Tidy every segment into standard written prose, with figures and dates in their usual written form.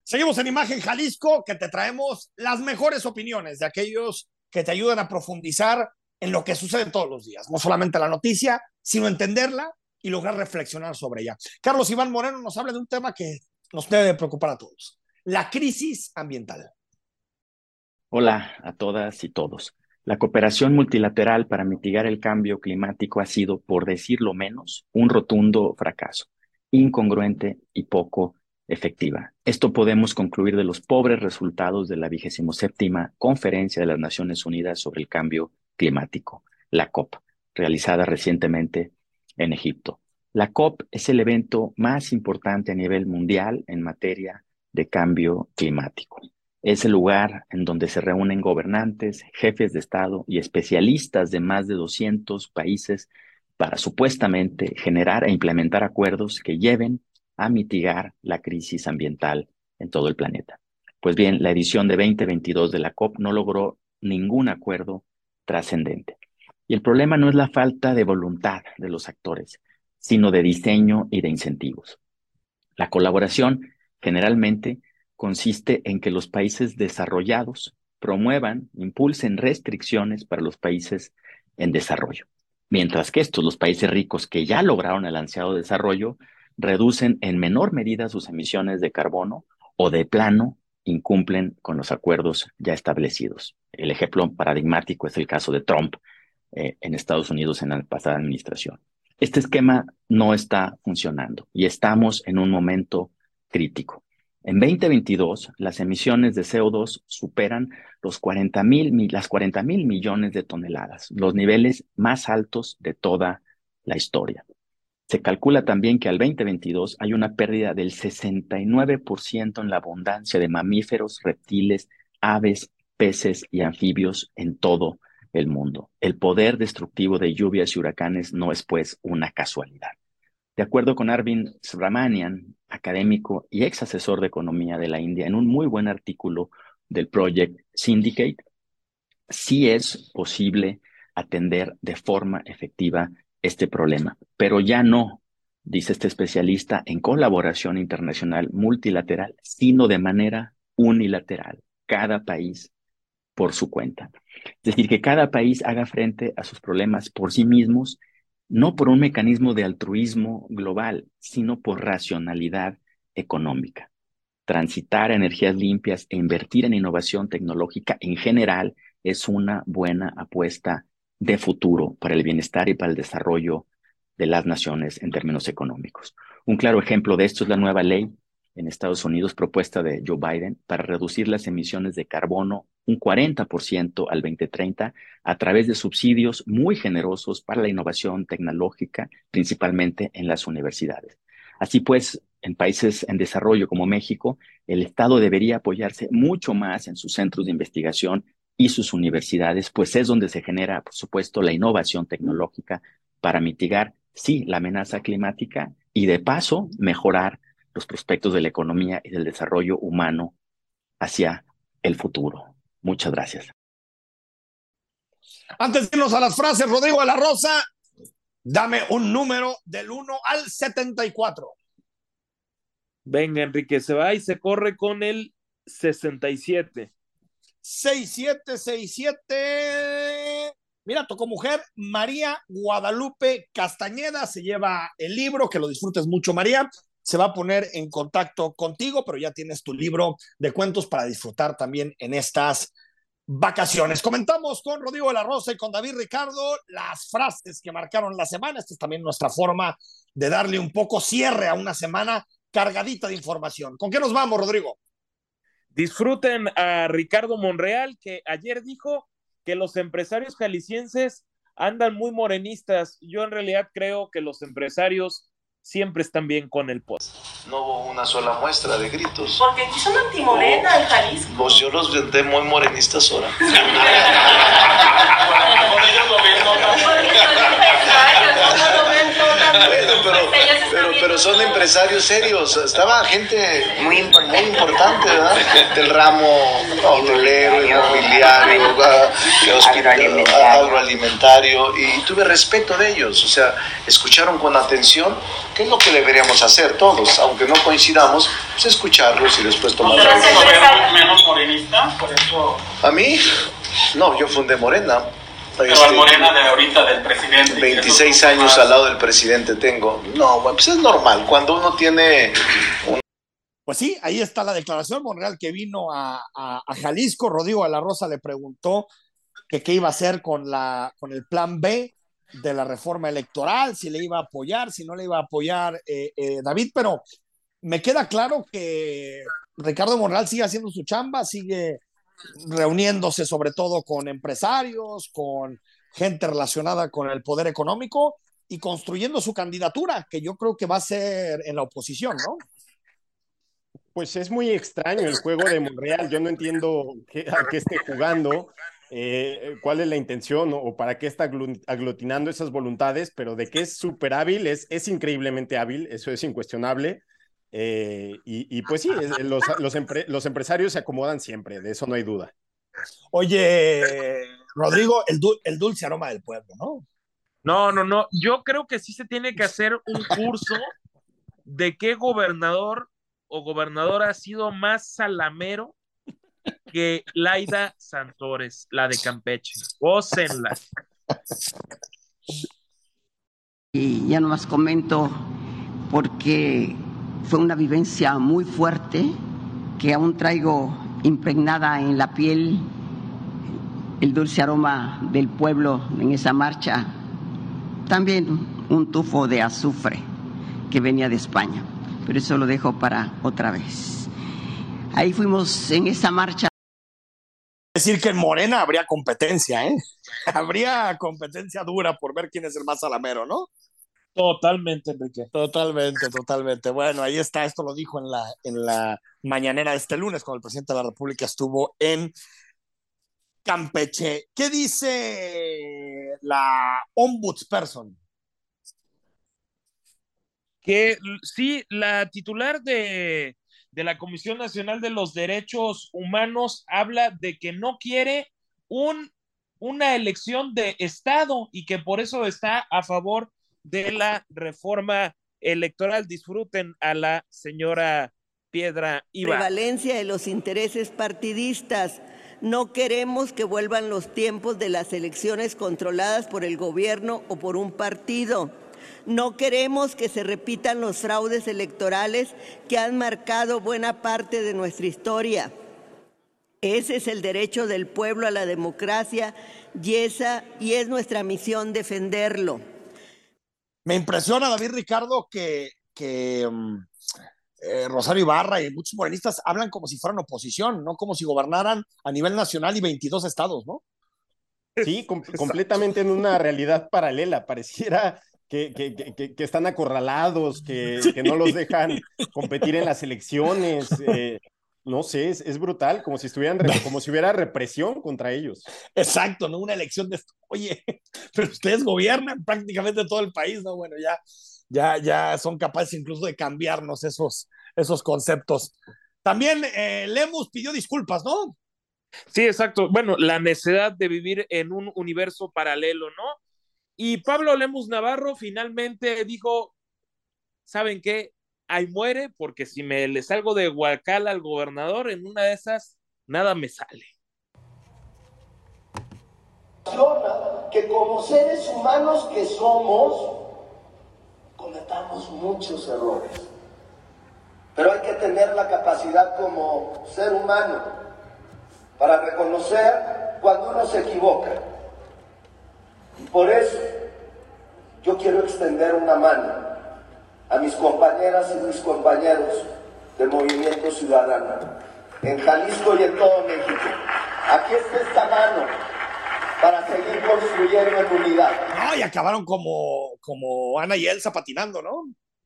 Seguimos en Imagen Jalisco, que te traemos las mejores opiniones de aquellos que te ayudan a profundizar en lo que sucede todos los días. No solamente la noticia, sino entenderla y lograr reflexionar sobre ella. Carlos Iván Moreno nos habla de un tema que nos debe preocupar a todos: la crisis ambiental. Hola a todas y todos. La cooperación multilateral para mitigar el cambio climático ha sido, por decirlo menos, un rotundo fracaso, incongruente y poco efectiva. Esto podemos concluir de los pobres resultados de la 27ª Conferencia de las Naciones Unidas sobre el Cambio Climático, la COP, realizada recientemente en Egipto. La COP es el evento más importante a nivel mundial en materia de cambio climático. Es el lugar en donde se reúnen gobernantes, jefes de Estado y especialistas de más de 200 países para supuestamente generar e implementar acuerdos que lleven a mitigar la crisis ambiental en todo el planeta. Pues bien, la edición de 2022 de la COP no logró ningún acuerdo trascendente. Y el problema no es la falta de voluntad de los actores, sino de diseño y de incentivos. La colaboración generalmente consiste en que los países desarrollados promuevan, impulsen restricciones para los países en desarrollo, mientras que los países ricos que ya lograron el ansiado desarrollo, reducen en menor medida sus emisiones de carbono o de plano incumplen con los acuerdos ya establecidos. El ejemplo paradigmático es el caso de Trump en Estados Unidos en la pasada administración. Este esquema no está funcionando y estamos en un momento crítico. En 2022, las emisiones de CO2 superan las 40,000 millones de toneladas, los niveles más altos de toda la historia. Se calcula también que al 2022 hay una pérdida del 69% en la abundancia de mamíferos, reptiles, aves, peces y anfibios en todo el mundo. El poder destructivo de lluvias y huracanes no es, pues, una casualidad. De acuerdo con Arvind Subramanian, académico y ex asesor de economía de la India, en un muy buen artículo del Project Syndicate, sí es posible atender de forma efectiva este problema, pero ya no, dice este especialista, en colaboración internacional multilateral, sino de manera unilateral, cada país por su cuenta. Es decir, que cada país haga frente a sus problemas por sí mismos, no por un mecanismo de altruismo global, sino por racionalidad económica. Transitar a energías limpias e invertir en innovación tecnológica en general es una buena apuesta de futuro para el bienestar y para el desarrollo de las naciones en términos económicos. Un claro ejemplo de esto es la nueva ley en Estados Unidos propuesta de Joe Biden para reducir las emisiones de carbono un 40% al 2030 a través de subsidios muy generosos para la innovación tecnológica, principalmente en las universidades. Así pues, en países en desarrollo como México, el Estado debería apoyarse mucho más en sus centros de investigación y sus universidades, pues es donde se genera, por supuesto, la innovación tecnológica para mitigar, sí, la amenaza climática y de paso mejorar los prospectos de la economía y del desarrollo humano hacia el futuro. Muchas gracias. Antes de irnos a las frases, Rodrigo de la Rosa, dame un número del 1 al 74. Venga, Enrique, se va y se corre con el 67. 6767. Mira, tocó mujer. María Guadalupe Castañeda se lleva el libro. Que lo disfrutes mucho, María. Se va a poner en contacto contigo, pero ya tienes tu libro de cuentos para disfrutar también en estas vacaciones. Comentamos con Rodrigo de la Rosa y con David Ricardo las frases que marcaron la semana. Esta es también nuestra forma de darle un poco cierre a una semana cargadita de información. ¿Con qué nos vamos, Rodrigo? Disfruten a Ricardo Monreal, que ayer dijo que los empresarios jaliscienses andan muy morenistas. Yo en realidad creo que los empresarios siempre están bien con el post. No hubo una sola muestra de gritos. Porque aquí son antimorena en Jalisco. Pues yo los vendé muy morenistas ahora. Pero son empresarios serios. Estaba gente muy importante, ¿verdad? Del ramo hotelero, inmobiliario, agroalimentario, y tuve respeto de ellos, o sea, escucharon con atención qué es lo que deberíamos hacer todos, aunque no coincidamos, pues escucharlos y después tomar la decisión. ¿Menos morenista? Por eso... ¿A mí? No, yo fundé Morena. Pero al Morena de ahorita, del presidente. 26 años al lado del presidente tengo. No, bueno, pues es normal, cuando uno tiene... Pues sí, ahí está la declaración. Monreal, que vino a Jalisco. Rodrigo de la Rosa le preguntó que qué iba a hacer con el plan B de la reforma electoral, si le iba a apoyar, si no le iba a apoyar David, pero me queda claro que Ricardo Monreal sigue haciendo su chamba, sigue reuniéndose sobre todo con empresarios, con gente relacionada con el poder económico y construyendo su candidatura, que yo creo que va a ser en la oposición, ¿no? Pues es muy extraño el juego de Monreal. Yo no entiendo a qué esté jugando, cuál es la intención o para qué está aglutinando esas voluntades, pero de que es súper hábil, es increíblemente hábil, eso es incuestionable. Y pues sí, los empresarios se acomodan siempre, de eso no hay duda. Oye, Rodrigo, el dulce aroma del pueblo, ¿no? No. Yo creo que sí se tiene que hacer un curso de qué gobernador o gobernadora ha sido más salamero que Laida Sansores, la de Campeche. Gócenla. Y ya nomás comento porque fue una vivencia muy fuerte que aún traigo impregnada en la piel, el dulce aroma del pueblo en esa marcha, también un tufo de azufre que venía de España, pero eso lo dejo para otra vez. Ahí fuimos en esa marcha. Es decir, que en Morena habría competencia, ¿eh? Habría competencia dura por ver quién es el más salamero, ¿no? Totalmente, Enrique. Totalmente. Bueno, ahí está, esto lo dijo en la mañanera de este lunes, cuando el presidente de la República estuvo en Campeche. ¿Qué dice la ombudsperson? Que sí, la titular de la Comisión Nacional de los Derechos Humanos habla de que no quiere una elección de Estado y que por eso está a favor de la reforma electoral. Disfruten a la señora Piedra Ibarra. Prevalencia de los intereses partidistas. No queremos que vuelvan los tiempos de las elecciones controladas por el gobierno o por un partido. No queremos que se repitan los fraudes electorales que han marcado buena parte de nuestra historia. Ese es el derecho del pueblo a la democracia y es nuestra misión defenderlo. Me impresiona, David Ricardo, que Rosario Ibarra y muchos morenistas hablan como si fueran oposición, no como si gobernaran a nivel nacional y 22 estados, ¿no? Sí, completamente en una realidad paralela. Pareciera que están acorralados, que no los dejan competir en las elecciones. No sé, es brutal, como si hubiera represión contra ellos. Exacto, ¿no? Una elección de... Oye, pero ustedes gobiernan prácticamente todo el país, ¿no? Bueno, ya son capaces incluso de cambiarnos esos conceptos. También Lemus pidió disculpas, ¿no? Sí, exacto. Bueno, la necesidad de vivir en un universo paralelo, ¿no? Y Pablo Lemus Navarro finalmente dijo, ¿saben qué? Ahí muere, porque si le salgo de Huacal al gobernador, en una de esas, nada me sale. Que como seres humanos que somos, cometamos muchos errores. Pero hay que tener la capacidad como ser humano para reconocer cuando uno se equivoca. Y por eso yo quiero extender una mano a mis compañeras y mis compañeros del Movimiento Ciudadano, en Jalisco y en todo México. Aquí está esta mano para seguir construyendo en unidad. No, y acabaron como Ana y Elsa patinando, ¿no?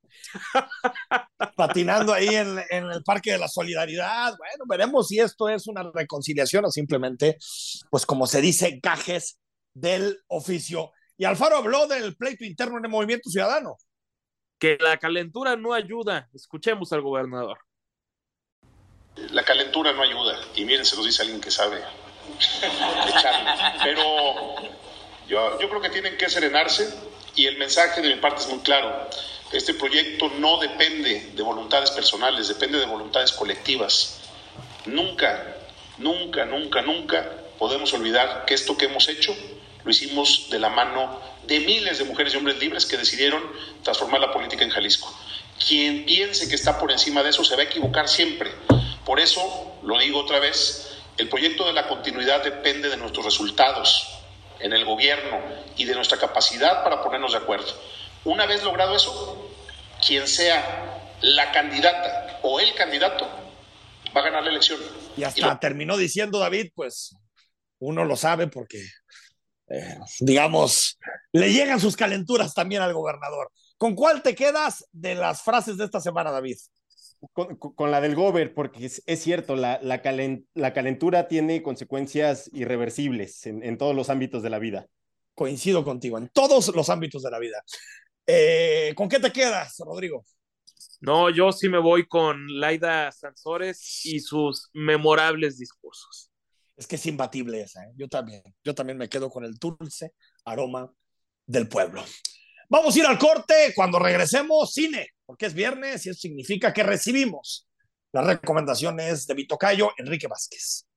Patinando ahí en el Parque de la Solidaridad. Bueno, veremos si esto es una reconciliación o simplemente, pues como se dice, gajes del oficio. Y Alfaro habló del pleito interno en el Movimiento Ciudadano. Que la calentura no ayuda. Escuchemos al gobernador. La calentura no ayuda, y miren, se los dice alguien que sabe echarle. Pero yo creo que tienen que serenarse y el mensaje de mi parte es muy claro. Este proyecto no depende de voluntades personales, depende de voluntades colectivas. Nunca podemos olvidar que esto que hemos hecho lo hicimos de la mano de miles de mujeres y hombres libres que decidieron transformar la política en Jalisco. Quien piense que está por encima de eso se va a equivocar siempre. Por eso, lo digo otra vez, el proyecto de la continuidad depende de nuestros resultados en el gobierno y de nuestra capacidad para ponernos de acuerdo. Una vez logrado eso, quien sea la candidata o el candidato va a ganar la elección. Y hasta terminó diciendo David, pues uno lo sabe porque, digamos, le llegan sus calenturas también al gobernador. ¿Con cuál te quedas de las frases de esta semana, David? Con la del gober, porque es cierto, la calentura tiene consecuencias irreversibles en todos los ámbitos de la vida. Coincido contigo, en todos los ámbitos de la vida. ¿Con qué te quedas, Rodrigo? No, yo sí me voy con Laida Sansores y sus memorables discursos. Es que es imbatible esa, ¿eh? Yo también me quedo con el dulce aroma del pueblo. Vamos a ir al corte. Cuando regresemos, cine, porque es viernes y eso significa que recibimos las recomendaciones de mi tocayo Enrique Vázquez.